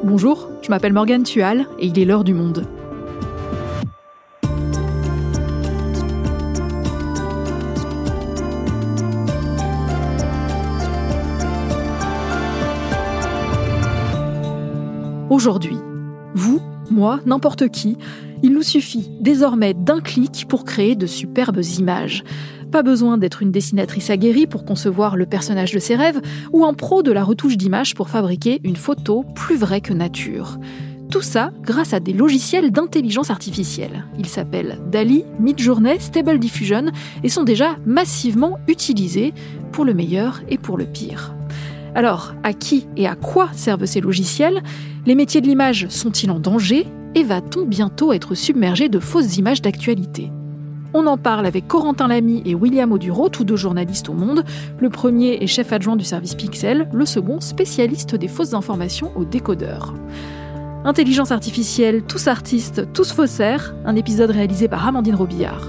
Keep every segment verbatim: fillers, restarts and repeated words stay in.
Bonjour, je m'appelle Morgane Tual et il est l'heure du monde. Aujourd'hui, vous, moi, n'importe qui, il nous suffit désormais d'un clic pour créer de superbes images. Pas besoin d'être une dessinatrice aguerrie pour concevoir le personnage de ses rêves ou un pro de la retouche d'image pour fabriquer une photo plus vraie que nature. Tout ça grâce à des logiciels d'intelligence artificielle. Ils s'appellent DALL-E, Midjourney, Stable Diffusion et sont déjà massivement utilisés pour le meilleur et pour le pire. Alors, à qui et à quoi servent ces logiciels ? Les métiers de l'image sont-ils en danger ? Et va-t-on bientôt être submergé de fausses images d'actualité ? On en parle avec Corentin Lamy et William Audureau, tous deux journalistes au Monde. Le premier est chef adjoint du service Pixel, le second spécialiste des fausses informations au décodeur. Intelligence artificielle, tous artistes, tous faussaires, un épisode réalisé par Amandine Robillard.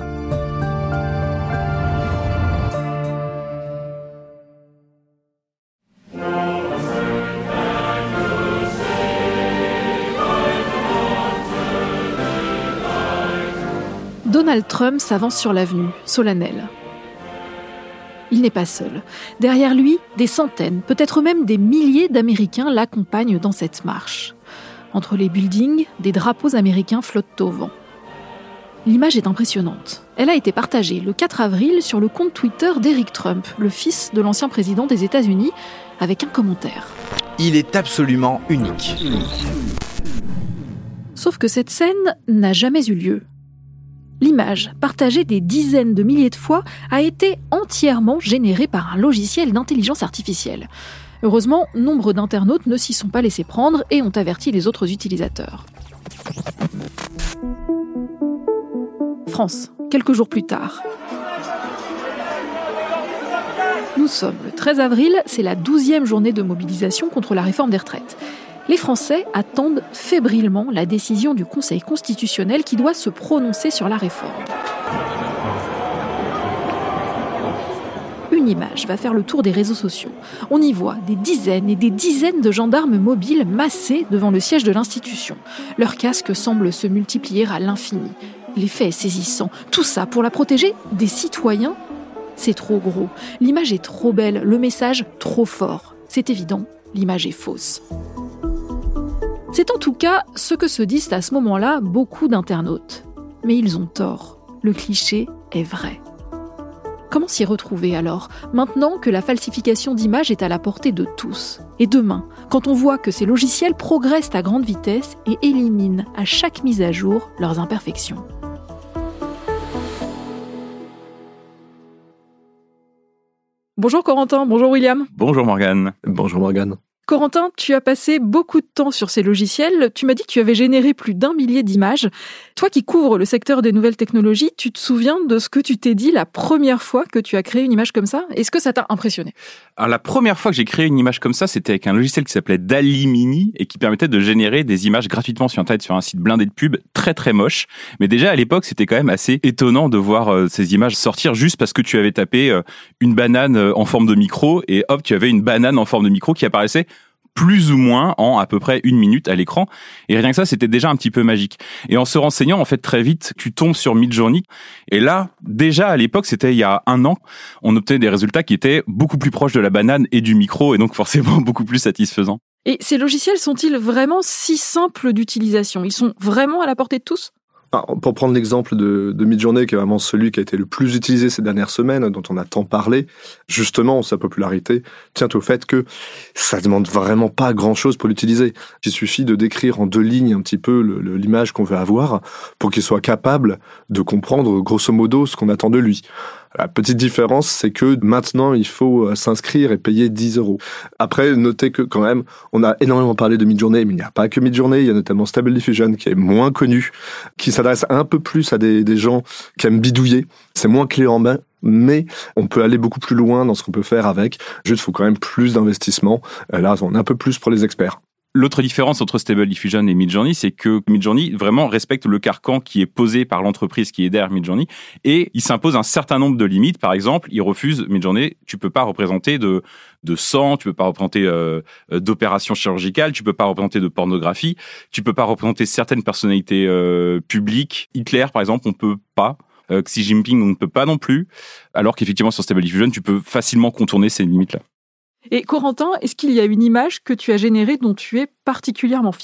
Donald Trump s'avance sur l'avenue, solennel. Il n'est pas seul. Derrière lui, des centaines, peut-être même des milliers d'Américains l'accompagnent dans cette marche. Entre les buildings, des drapeaux américains flottent au vent. L'image est impressionnante. Elle a été partagée le quatre avril sur le compte Twitter d'Eric Trump, le fils de l'ancien président des États-Unis, avec un commentaire. Il est absolument unique. Sauf que cette scène n'a jamais eu lieu. L'image, partagée des dizaines de milliers de fois, a été entièrement générée par un logiciel d'intelligence artificielle. Heureusement, nombre d'internautes ne s'y sont pas laissés prendre et ont averti les autres utilisateurs. France, quelques jours plus tard. Nous sommes le treize avril, c'est la douzième journée de mobilisation contre la réforme des retraites. Les Français attendent fébrilement la décision du Conseil constitutionnel qui doit se prononcer sur la réforme. Une image va faire le tour des réseaux sociaux. On y voit des dizaines et des dizaines de gendarmes mobiles massés devant le siège de l'institution. Leurs casques semblent se multiplier à l'infini. L'effet est saisissant. Tout ça pour la protéger des citoyens ? C'est trop gros. L'image est trop belle, le message trop fort. C'est évident, l'image est fausse. C'est en tout cas ce que se disent à ce moment-là beaucoup d'internautes. Mais ils ont tort. Le cliché est vrai. Comment s'y retrouver alors, maintenant que la falsification d'images est à la portée de tous ? Et demain, quand on voit que ces logiciels progressent à grande vitesse et éliminent à chaque mise à jour leurs imperfections. Bonjour Corentin, bonjour William. Bonjour Morgane. Bonjour Morgane. Corentin, tu as passé beaucoup de temps sur ces logiciels. Tu m'as dit que tu avais généré plus d'un millier d'images. Toi qui couvres le secteur des nouvelles technologies, tu te souviens de ce que tu t'es dit la première fois que tu as créé une image comme ça ? Est-ce que ça t'a impressionné ? Alors la première fois que j'ai créé une image comme ça, c'était avec un logiciel qui s'appelait DALL-E Mini et qui permettait de générer des images gratuitement sur Internet, sur un site blindé de pubs, très très moche. Mais déjà à l'époque, c'était quand même assez étonnant de voir euh, ces images sortir juste parce que tu avais tapé euh, une banane euh, en forme de micro et hop, tu avais une banane en forme de micro qui apparaissait plus ou moins en à peu près une minute à l'écran. Et rien que ça, c'était déjà un petit peu magique. Et en se renseignant, en fait, très vite, tu tombes sur Midjourney. Et là, déjà à l'époque, c'était il y a un an, on obtenait des résultats qui étaient beaucoup plus proches de la banane et du micro, et donc forcément beaucoup plus satisfaisants. Et ces logiciels sont-ils vraiment si simples d'utilisation ? Ils sont vraiment à la portée de tous ? Pour prendre l'exemple de, de Midjourney, qui est vraiment celui qui a été le plus utilisé ces dernières semaines, dont on a tant parlé, justement, sa popularité tient au fait que ça demande vraiment pas grand-chose pour l'utiliser. Il suffit de décrire en deux lignes un petit peu le, le, l'image qu'on veut avoir pour qu'il soit capable de comprendre grosso modo ce qu'on attend de lui. La petite différence, c'est que maintenant, il faut s'inscrire et payer dix euros. Après, notez que quand même, on a énormément parlé de Midjourney, mais il n'y a pas que Midjourney, il y a notamment Stable Diffusion qui est moins connu, qui s'adresse un peu plus à des, des gens qui aiment bidouiller. C'est moins clé en main, mais on peut aller beaucoup plus loin dans ce qu'on peut faire avec. Juste, il faut quand même plus d'investissement. Là, on est un peu plus pour les experts. L'autre différence entre Stable Diffusion et Midjourney, c'est que Midjourney vraiment respecte le carcan qui est posé par l'entreprise qui est derrière Midjourney et il s'impose un certain nombre de limites. Par exemple, il refuse Midjourney, tu peux pas représenter de de sang, tu peux pas représenter euh, d'opérations chirurgicales, tu peux pas représenter de pornographie, tu peux pas représenter certaines personnalités euh, publiques. Hitler, par exemple, on peut pas. Euh, Xi Jinping, on ne peut pas non plus. Alors qu'effectivement, sur Stable Diffusion, tu peux facilement contourner ces limites-là. Et Corentin, est-ce qu'il y a une image que tu as générée dont tu es particulièrement fier ?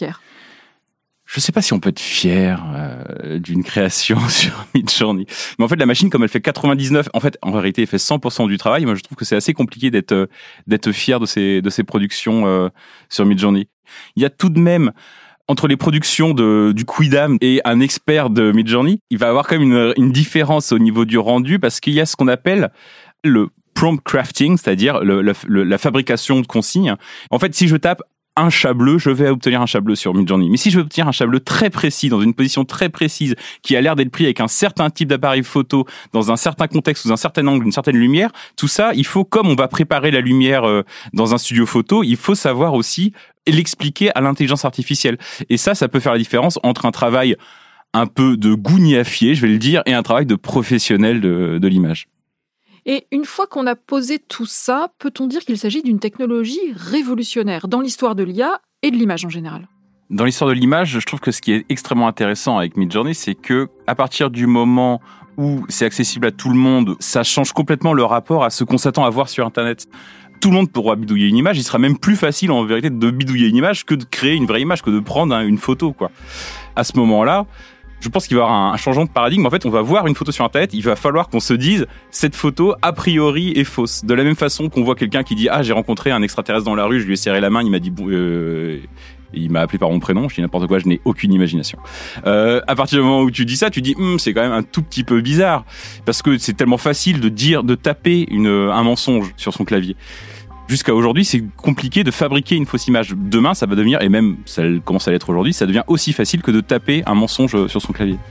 Je ne sais pas si on peut être fier euh, d'une création sur Midjourney. Mais en fait, la machine, comme elle fait quatre-vingt-dix-neuf, en fait, en réalité, elle fait cent pour cent du travail. Moi, je trouve que c'est assez compliqué d'être euh, d'être fier de ces de ces productions euh, sur Midjourney. Il y a tout de même entre les productions de du Quidam et un expert de Midjourney, il va y avoir quand même une, une différence au niveau du rendu parce qu'il y a ce qu'on appelle le prompt crafting, c'est-à-dire le, le, le, la fabrication de consignes. En fait, si je tape un chat bleu, je vais obtenir un chat bleu sur Midjourney. Mais si je veux obtenir un chat bleu très précis, dans une position très précise, qui a l'air d'être pris avec un certain type d'appareil photo, dans un certain contexte, sous un certain angle, une certaine lumière, tout ça, il faut, comme on va préparer la lumière euh, dans un studio photo, il faut savoir aussi l'expliquer à l'intelligence artificielle. Et ça, ça peut faire la différence entre un travail un peu de gougnafier, je vais le dire, et un travail de professionnel de, de l'image. Et une fois qu'on a posé tout ça, peut-on dire qu'il s'agit d'une technologie révolutionnaire dans l'histoire de l'I A et de l'image en général ? Dans l'histoire de l'image, je trouve que ce qui est extrêmement intéressant avec Midjourney, c'est que à partir du moment où c'est accessible à tout le monde, ça change complètement le rapport à ce qu'on s'attend à voir sur Internet. Tout le monde pourra bidouiller une image, il sera même plus facile en vérité de bidouiller une image que de créer une vraie image, que de prendre hein, une photo, quoi. À ce moment-là, je pense qu'il va y avoir un changement de paradigme. En fait, on va voir une photo sur Internet, il va falloir qu'on se dise cette photo, a priori, est fausse. De la même façon qu'on voit quelqu'un qui dit « Ah, j'ai rencontré un extraterrestre dans la rue, je lui ai serré la main, il m'a dit... Euh, » il m'a appelé par mon prénom, je dis n'importe quoi, je n'ai aucune imagination. Euh, à partir du moment où tu dis ça, tu dis hm, c'est quand même un tout petit peu bizarre. Parce que c'est tellement facile de dire, de taper une, un mensonge sur son clavier. Jusqu'à aujourd'hui, c'est compliqué de fabriquer une fausse image. Demain, ça va devenir, et même ça commence à l'être aujourd'hui, ça devient aussi facile que de taper un mensonge sur son clavier.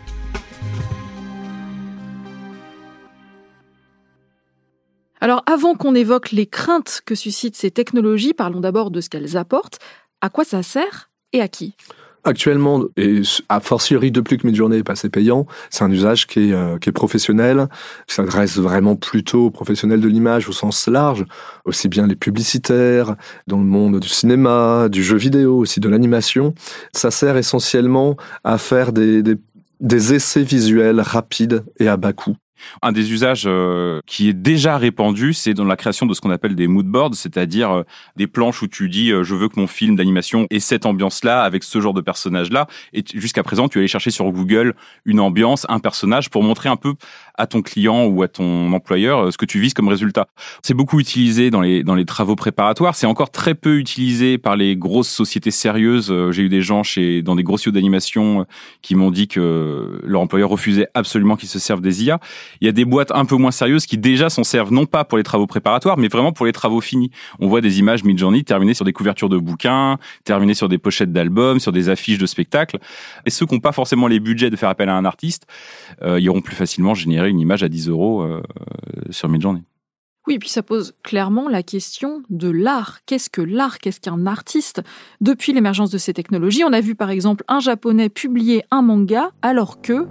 Alors, avant qu'on évoque les craintes que suscitent ces technologies, parlons d'abord de ce qu'elles apportent. À quoi ça sert et à qui ? Actuellement, et a fortiori depuis que Midjourney est passé payant, c'est un usage qui est, euh, qui est professionnel, qui s'adresse vraiment plutôt aux professionnels de l'image au sens large, aussi bien les publicitaires, dans le monde du cinéma, du jeu vidéo, aussi de l'animation. Ça sert essentiellement à faire des, des, des essais visuels rapides et à bas coût. Un des usages euh, qui est déjà répandu, c'est dans la création de ce qu'on appelle des mood boards, c'est-à-dire euh, des planches où tu dis euh, je veux que mon film d'animation ait cette ambiance-là, avec ce genre de personnage-là. Et t- jusqu'à présent, tu allais chercher sur Google une ambiance, un personnage, pour montrer un peu à ton client ou à ton employeur euh, ce que tu vises comme résultat. C'est beaucoup utilisé dans les dans les travaux préparatoires. C'est encore très peu utilisé par les grosses sociétés sérieuses. Euh, j'ai eu des gens chez dans des gros studios d'animation euh, qui m'ont dit que leur employeur refusait absolument qu'ils se servent des I A. Il y a des boîtes un peu moins sérieuses qui déjà s'en servent non pas pour les travaux préparatoires, mais vraiment pour les travaux finis. On voit des images Midjourney terminées sur des couvertures de bouquins, terminées sur des pochettes d'albums, sur des affiches de spectacles. Et ceux qui n'ont pas forcément les budgets de faire appel à un artiste, euh, iront plus facilement générer une image à dix euros euh, sur Midjourney. Oui, puis ça pose clairement la question de l'art. Qu'est-ce que l'art ? Qu'est-ce qu'un artiste ? Depuis l'émergence de ces technologies, on a vu par exemple un Japonais publier un manga alors que...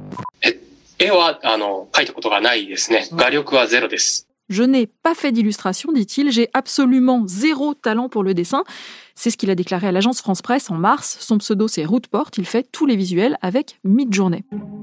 Je n'ai pas fait d'illustration, dit-il, j'ai absolument zéro talent pour le dessin. C'est ce qu'il a déclaré à l'agence France Presse en mars. Son pseudo, c'est Rootport, il fait tous les visuels avec Midjourney.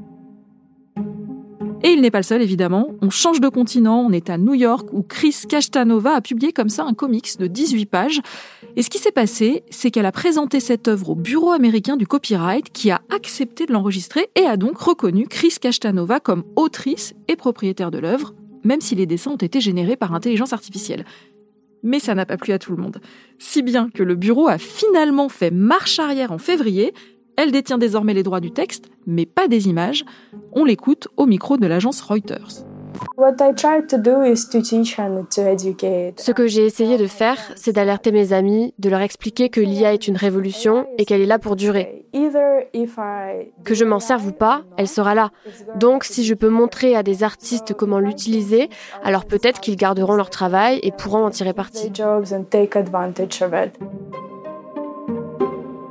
Et il n'est pas le seul, évidemment. On change de continent, on est à New York, où Chris Castanova a publié comme ça un comics de dix-huit pages. Et ce qui s'est passé, c'est qu'elle a présenté cette œuvre au Bureau américain du copyright, qui a accepté de l'enregistrer et a donc reconnu Chris Castanova comme autrice et propriétaire de l'œuvre, même si les dessins ont été générés par intelligence artificielle. Mais ça n'a pas plu à tout le monde. Si bien que le bureau a finalement fait marche arrière en février. Elle détient désormais les droits du texte, mais pas des images. On l'écoute au micro de l'agence Reuters. Ce que j'ai essayé de faire, c'est d'alerter mes amis, de leur expliquer que l'I A est une révolution et qu'elle est là pour durer. Que je m'en serve ou pas, elle sera là. Donc, si je peux montrer à des artistes comment l'utiliser, alors peut-être qu'ils garderont leur travail et pourront en tirer parti.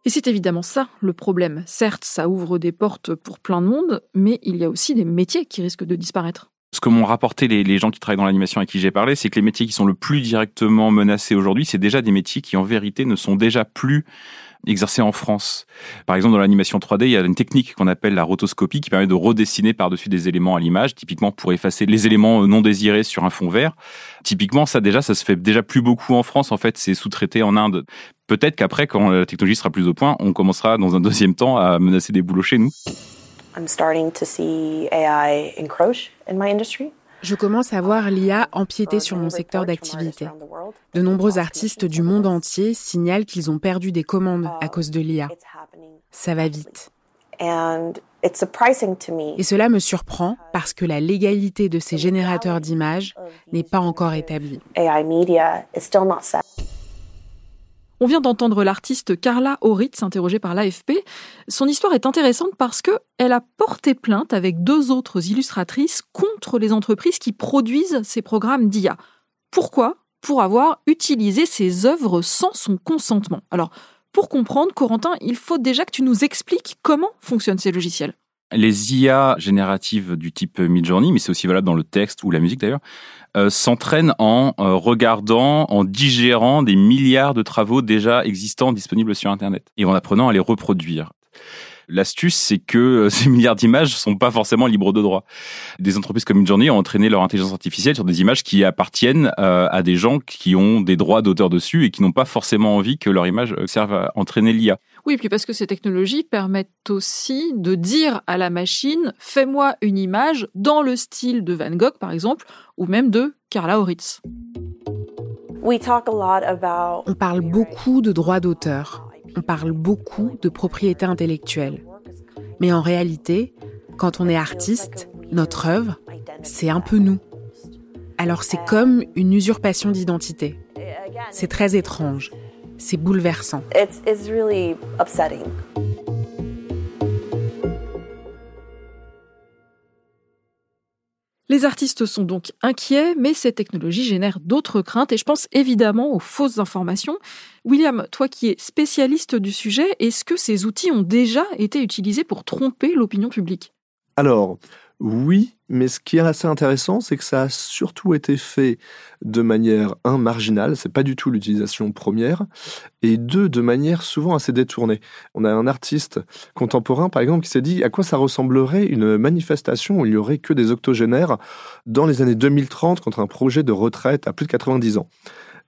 Et c'est évidemment ça le problème. Certes, ça ouvre des portes pour plein de monde, mais il y a aussi des métiers qui risquent de disparaître. Ce que m'ont rapporté les, les gens qui travaillent dans l'animation avec qui j'ai parlé, c'est que les métiers qui sont le plus directement menacés aujourd'hui, c'est déjà des métiers qui, en vérité, ne sont déjà plus exercés en France. Par exemple, dans l'animation trois D, il y a une technique qu'on appelle la rotoscopie qui permet de redessiner par-dessus des éléments à l'image, typiquement pour effacer les éléments non désirés sur un fond vert. Typiquement, ça déjà, ça se fait déjà plus beaucoup en France. En fait, c'est sous-traité en Inde. Peut-être qu'après, quand la technologie sera plus au point, on commencera dans un deuxième temps à menacer des boulots chez nous. I'm starting to see A I encroach in my industry. Je commence à voir l'I A empiéter sur mon secteur d'activité. De nombreux artistes du monde entier signalent qu'ils ont perdu des commandes à cause de l'I A. Ça va vite. Et cela me surprend parce que la légalité de ces générateurs d'images n'est pas encore établie. On vient d'entendre l'artiste Carla Horitz, interrogée par l'A F P. Son histoire est intéressante parce qu'elle a porté plainte avec deux autres illustratrices contre les entreprises qui produisent ces programmes d'I A. Pourquoi ? Pour avoir utilisé ces œuvres sans son consentement. Alors, pour comprendre, Corentin, il faut déjà que tu nous expliques comment fonctionnent ces logiciels. Les I A génératives du type Midjourney, mais c'est aussi valable dans le texte ou la musique d'ailleurs, euh, s'entraînent en euh, regardant, en digérant des milliards de travaux déjà existants disponibles sur Internet et en apprenant à les reproduire. L'astuce, c'est que ces milliards d'images sont pas forcément libres de droit. Des entreprises comme Midjourney ont entraîné leur intelligence artificielle sur des images qui appartiennent euh, à des gens qui ont des droits d'auteur dessus et qui n'ont pas forcément envie que leur image serve à entraîner l'I A. Oui, puis parce que ces technologies permettent aussi de dire à la machine « fais-moi une image dans le style de Van Gogh, par exemple, ou même de Carla Horitz ». On parle beaucoup de droits d'auteur. On parle beaucoup de propriété intellectuelle. Mais en réalité, quand on est artiste, notre œuvre, c'est un peu nous. Alors c'est comme une usurpation d'identité. C'est très étrange. C'est bouleversant. Les artistes sont donc inquiets, mais ces technologies génèrent d'autres craintes et je pense évidemment aux fausses informations. William, toi qui es spécialiste du sujet, est-ce que ces outils ont déjà été utilisés pour tromper l'opinion publique ? Alors, oui, mais ce qui est assez intéressant, c'est que ça a surtout été fait de manière, un, marginale, c'est pas du tout l'utilisation première, et deux, de manière souvent assez détournée. On a un artiste contemporain, par exemple, qui s'est dit à quoi ça ressemblerait une manifestation où il n'y aurait que des octogénaires dans les années deux mille trente contre un projet de retraite à plus de quatre-vingt-dix ans.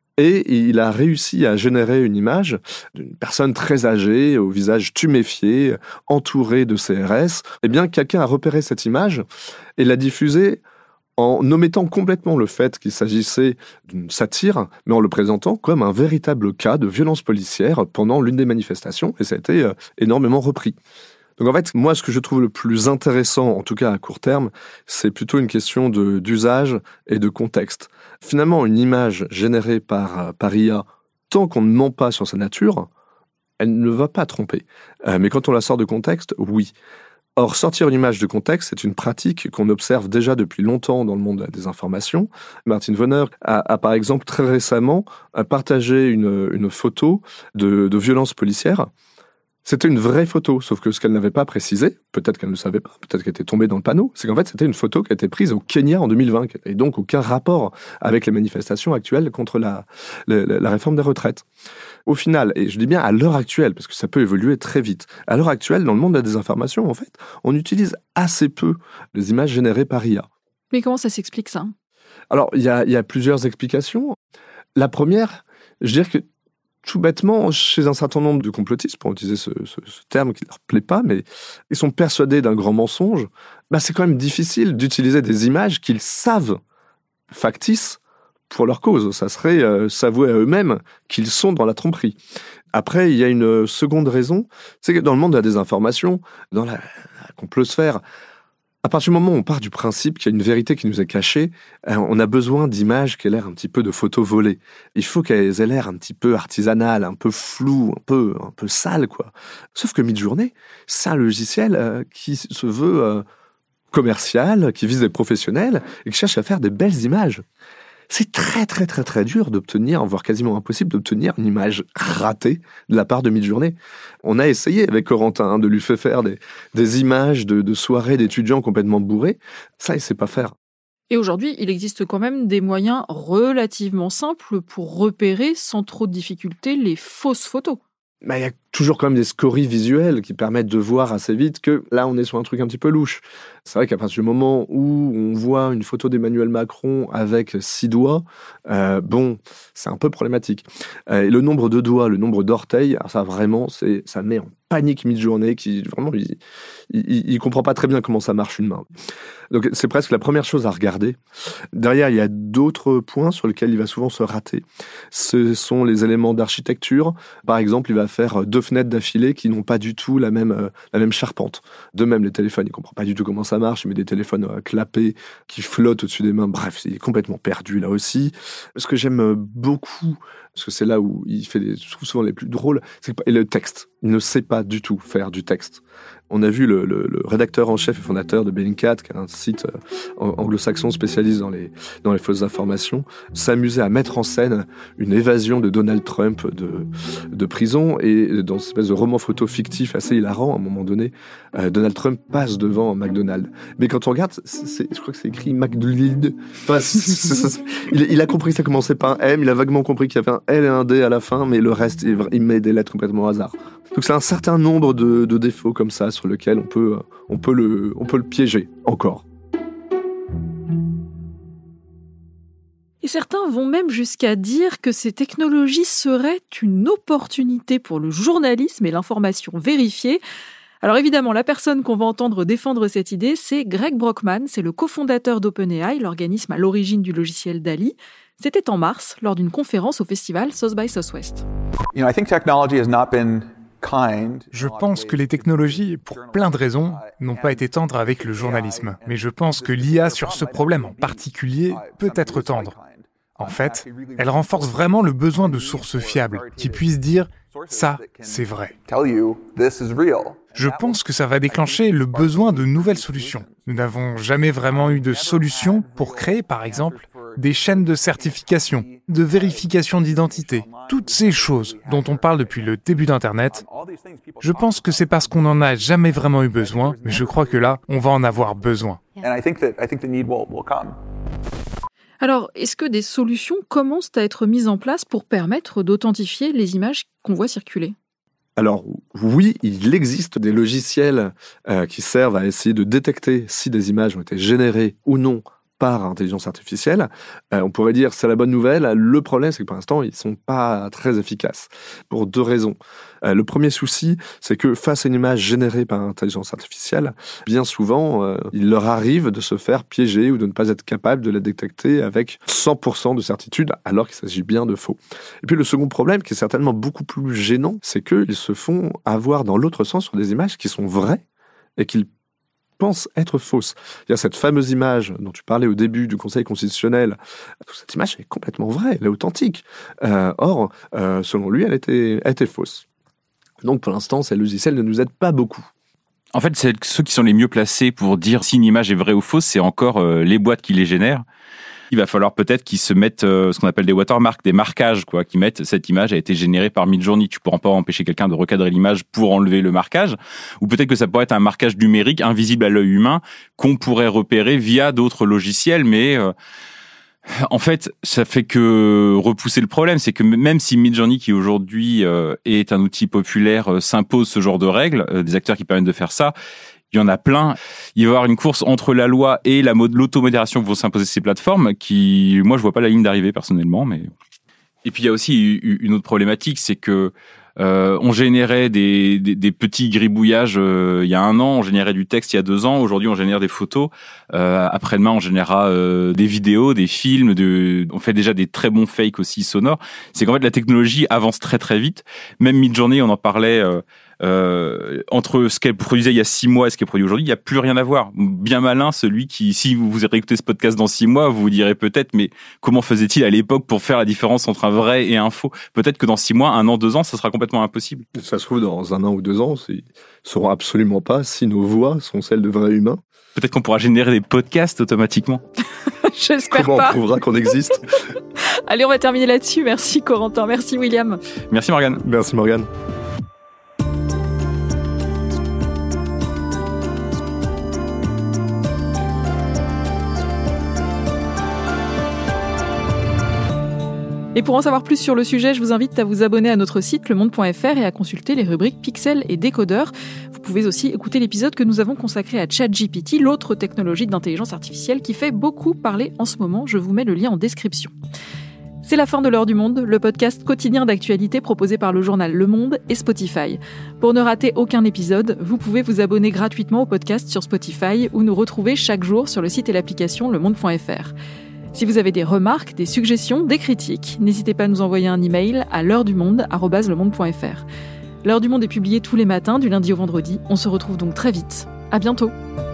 Et il a réussi à générer une image d'une personne très âgée, au visage tuméfié, entourée de C R S. Eh bien, quelqu'un a repéré cette image et l'a diffusée en omettant complètement le fait qu'il s'agissait d'une satire, mais en le présentant comme un véritable cas de violence policière pendant l'une des manifestations. Et ça a été énormément repris. Donc en fait, moi, ce que je trouve le plus intéressant, en tout cas à court terme, c'est plutôt une question de, d'usage et de contexte. Finalement, une image générée par, par I A, tant qu'on ne ment pas sur sa nature, elle ne va pas tromper. Euh, mais quand on la sort de contexte, oui. Or, sortir une image de contexte, c'est une pratique qu'on observe déjà depuis longtemps dans le monde des informations. Martin Wöhner a, a par exemple, très récemment, a partagé une, une photo de, de violence policière. C'était une vraie photo, sauf que ce qu'elle n'avait pas précisé, peut-être qu'elle ne savait pas, peut-être qu'elle était tombée dans le panneau, c'est qu'en fait, c'était une photo qui a été prise au Kenya en deux mille vingt, et donc aucun rapport avec les manifestations actuelles contre la, la, la réforme des retraites. Au final, et je dis bien à l'heure actuelle, parce que ça peut évoluer très vite, à l'heure actuelle, dans le monde de la désinformation, en fait, on utilise assez peu les images générées par I A. Mais comment ça s'explique, ça ? Alors, il y a, y a plusieurs explications. La première, je dirais que tout bêtement, chez un certain nombre de complotistes, pour utiliser ce, ce, ce terme qui ne leur plaît pas, mais ils sont persuadés d'un grand mensonge, bah c'est quand même difficile d'utiliser des images qu'ils savent factices pour leur cause. Ça serait euh, s'avouer à eux-mêmes qu'ils sont dans la tromperie. Après, il y a une seconde raison, c'est que dans le monde de la désinformation, dans la, la complosphère, à partir du moment où on part du principe qu'il y a une vérité qui nous est cachée, on a besoin d'images qui aient l'air un petit peu de photos volées. Il faut qu'elles aient l'air un petit peu artisanales, un peu floues, un peu, un peu sales, quoi. Sauf que Midjourney, c'est un logiciel euh, qui se veut euh, commercial, qui vise des professionnels et qui cherche à faire des belles images. c'est très très très très dur d'obtenir, voire quasiment impossible d'obtenir une image ratée de la part de Midjourney. On a essayé avec Corentin hein, de lui faire faire des, des images de, de soirées d'étudiants complètement bourrés. Ça, il sait pas faire. Et aujourd'hui, il existe quand même des moyens relativement simples pour repérer sans trop de difficulté les fausses photos. Bah, il y a toujours quand même des scories visuelles qui permettent de voir assez vite que là, on est sur un truc un petit peu louche. C'est vrai qu'à partir du moment où on voit une photo d'Emmanuel Macron avec six doigts, euh, bon, c'est un peu problématique. Euh, et le nombre de doigts, le nombre d'orteils, alors ça vraiment, c'est, ça met en panique Midjourney qui vraiment, il, il, il comprend pas très bien comment ça marche une main. Donc c'est presque la première chose à regarder. Derrière, il y a d'autres points sur lesquels il va souvent se rater. Ce sont les éléments d'architecture. Par exemple, il va faire deux fenêtres d'affilée qui n'ont pas du tout la même, euh, la même charpente. De même, les téléphones, il comprend pas du tout comment ça marche. Il met des téléphones euh, clapés qui flottent au-dessus des mains. Bref, il est complètement perdu là aussi. Ce que j'aime beaucoup, parce que c'est là où il fait des, je trouve souvent les plus drôles, c'est que, et le texte. Il ne sait pas du tout faire du texte. On a vu le, le, le rédacteur en chef et fondateur de Bellingcat, qui est un site euh, anglo-saxon spécialisé dans les, dans les fausses informations, s'amuser à mettre en scène une évasion de Donald Trump de, de prison. Et dans cette espèce de roman photo fictif assez hilarant, à un moment donné, euh, Donald Trump passe devant un McDonald's. Mais quand on regarde, c'est, c'est, je crois que c'est écrit McDonald's. Enfin, c'est, c'est, c'est, c'est, il, il a compris que ça commençait par un M, il a vaguement compris qu'il y avait un L et un D à la fin, mais le reste, il, il met des lettres complètement au hasard. Donc c'est un certain nombre de, de défauts comme ça sur lesquels on peut, on peut, le, on peut le piéger encore. Et certains vont même jusqu'à dire que ces technologies seraient une opportunité pour le journalisme et l'information vérifiée. Alors évidemment, la personne qu'on va entendre défendre cette idée, c'est Greg Brockman, c'est le cofondateur d'OpenAI, l'organisme à l'origine du logiciel DALL-E. C'était en mars, lors d'une conférence au festival South by Southwest. You know, I think technology has not been Je pense que les technologies, pour plein de raisons, n'ont pas été tendres avec le journalisme. Mais je pense que l'I A sur ce problème en particulier peut être tendre. En fait, elle renforce vraiment le besoin de sources fiables, qui puissent dire « ça, c'est vrai ». Je pense que ça va déclencher le besoin de nouvelles solutions. Nous n'avons jamais vraiment eu de solution pour créer, par exemple, des chaînes de certification, de vérification d'identité. Toutes ces choses dont on parle depuis le début d'Internet, je pense que c'est parce qu'on n'en a jamais vraiment eu besoin, mais je crois que là, on va en avoir besoin. Alors, est-ce que des solutions commencent à être mises en place pour permettre d'authentifier les images qu'on voit circuler ? Alors oui, il existe des logiciels euh, qui servent à essayer de détecter si des images ont été générées ou non par intelligence artificielle. Euh, on pourrait dire c'est la bonne nouvelle. Le problème, c'est que pour l'instant, ils sont pas très efficaces pour deux raisons. Euh, le premier souci, c'est que face à une image générée par intelligence artificielle, bien souvent, euh, il leur arrive de se faire piéger ou de ne pas être capable de la détecter avec cent pour cent de certitude, alors qu'il s'agit bien de faux. Et puis le second problème, qui est certainement beaucoup plus gênant, c'est qu'ils se font avoir dans l'autre sens sur des images qui sont vraies et qu'ils pense être fausse. Il y a cette fameuse image dont tu parlais au début du Conseil constitutionnel. Cette image est complètement vraie, elle est authentique. Euh, or, euh, selon lui, elle était, elle était fausse. Donc, pour l'instant, ces logiciels ne nous aident pas beaucoup. En fait, c'est ceux qui sont les mieux placés pour dire si une image est vraie ou fausse, c'est encore euh, les boîtes qui les génèrent. Il va falloir peut-être qu'ils se mettent euh, ce qu'on appelle des watermarks, des marquages, quoi, qui mettent cette image a été générée par Midjourney. Tu pourras pas empêcher quelqu'un de recadrer l'image pour enlever le marquage, ou peut-être que ça pourrait être un marquage numérique invisible à l'œil humain qu'on pourrait repérer via d'autres logiciels, mais euh, en fait, ça fait que repousser le problème, c'est que même si Midjourney, qui aujourd'hui euh, est un outil populaire, euh, s'impose ce genre de règles, euh, des acteurs qui permettent de faire ça. Il y en a plein. Il va y avoir une course entre la loi et la mod- l'automodération que vont s'imposer ces plateformes qui, moi, je vois pas la ligne d'arrivée personnellement, mais. Et puis, il y a aussi une autre problématique, c'est que, euh, on générait des, des, des petits gribouillages, euh, il y a un an, on générait du texte il y a deux ans, aujourd'hui, on génère des photos, euh, après-demain, on générera, euh, des vidéos, des films, de, on fait déjà des très bons fakes aussi sonores. C'est qu'en fait, la technologie avance très, très vite. Même Midjourney, on en parlait, euh, Euh, entre ce qu'elle produisait il y a six mois et ce qu'elle produit aujourd'hui, il n'y a plus rien à voir. Bien malin celui qui, si vous vous réécoutez ce podcast dans six mois, vous vous direz peut-être, mais comment faisait-il à l'époque pour faire la différence entre un vrai et un faux ? Peut-être que dans six mois, un an, deux ans, ça sera complètement impossible. Ça se trouve, dans un an ou deux ans, ils ne sauront absolument pas si nos voix sont celles de vrais humains Peut-être qu'on pourra générer des podcasts automatiquement. J'espère Comment pas. on prouvera qu'on existe? Allez, on va terminer là-dessus. Merci Corentin, merci William. Merci Morgane. Merci Morgane. Et pour en savoir plus sur le sujet, je vous invite à vous abonner à notre site lemonde point f r et à consulter les rubriques Pixel et Décodeur. Vous pouvez aussi écouter l'épisode que nous avons consacré à ChatGPT, l'autre technologie d'intelligence artificielle qui fait beaucoup parler en ce moment. Je vous mets le lien en description. C'est la fin de l'heure du monde, le podcast quotidien d'actualité proposé par le journal Le Monde et Spotify. Pour ne rater aucun épisode, vous pouvez vous abonner gratuitement au podcast sur Spotify ou nous retrouver chaque jour sur le site et l'application lemonde point f r. Si vous avez des remarques, des suggestions, des critiques, n'hésitez pas à nous envoyer un email à l'heure du monde arobase lemonde point f r. L'heure du monde est publiée tous les matins du lundi au vendredi. On se retrouve donc très vite. À bientôt.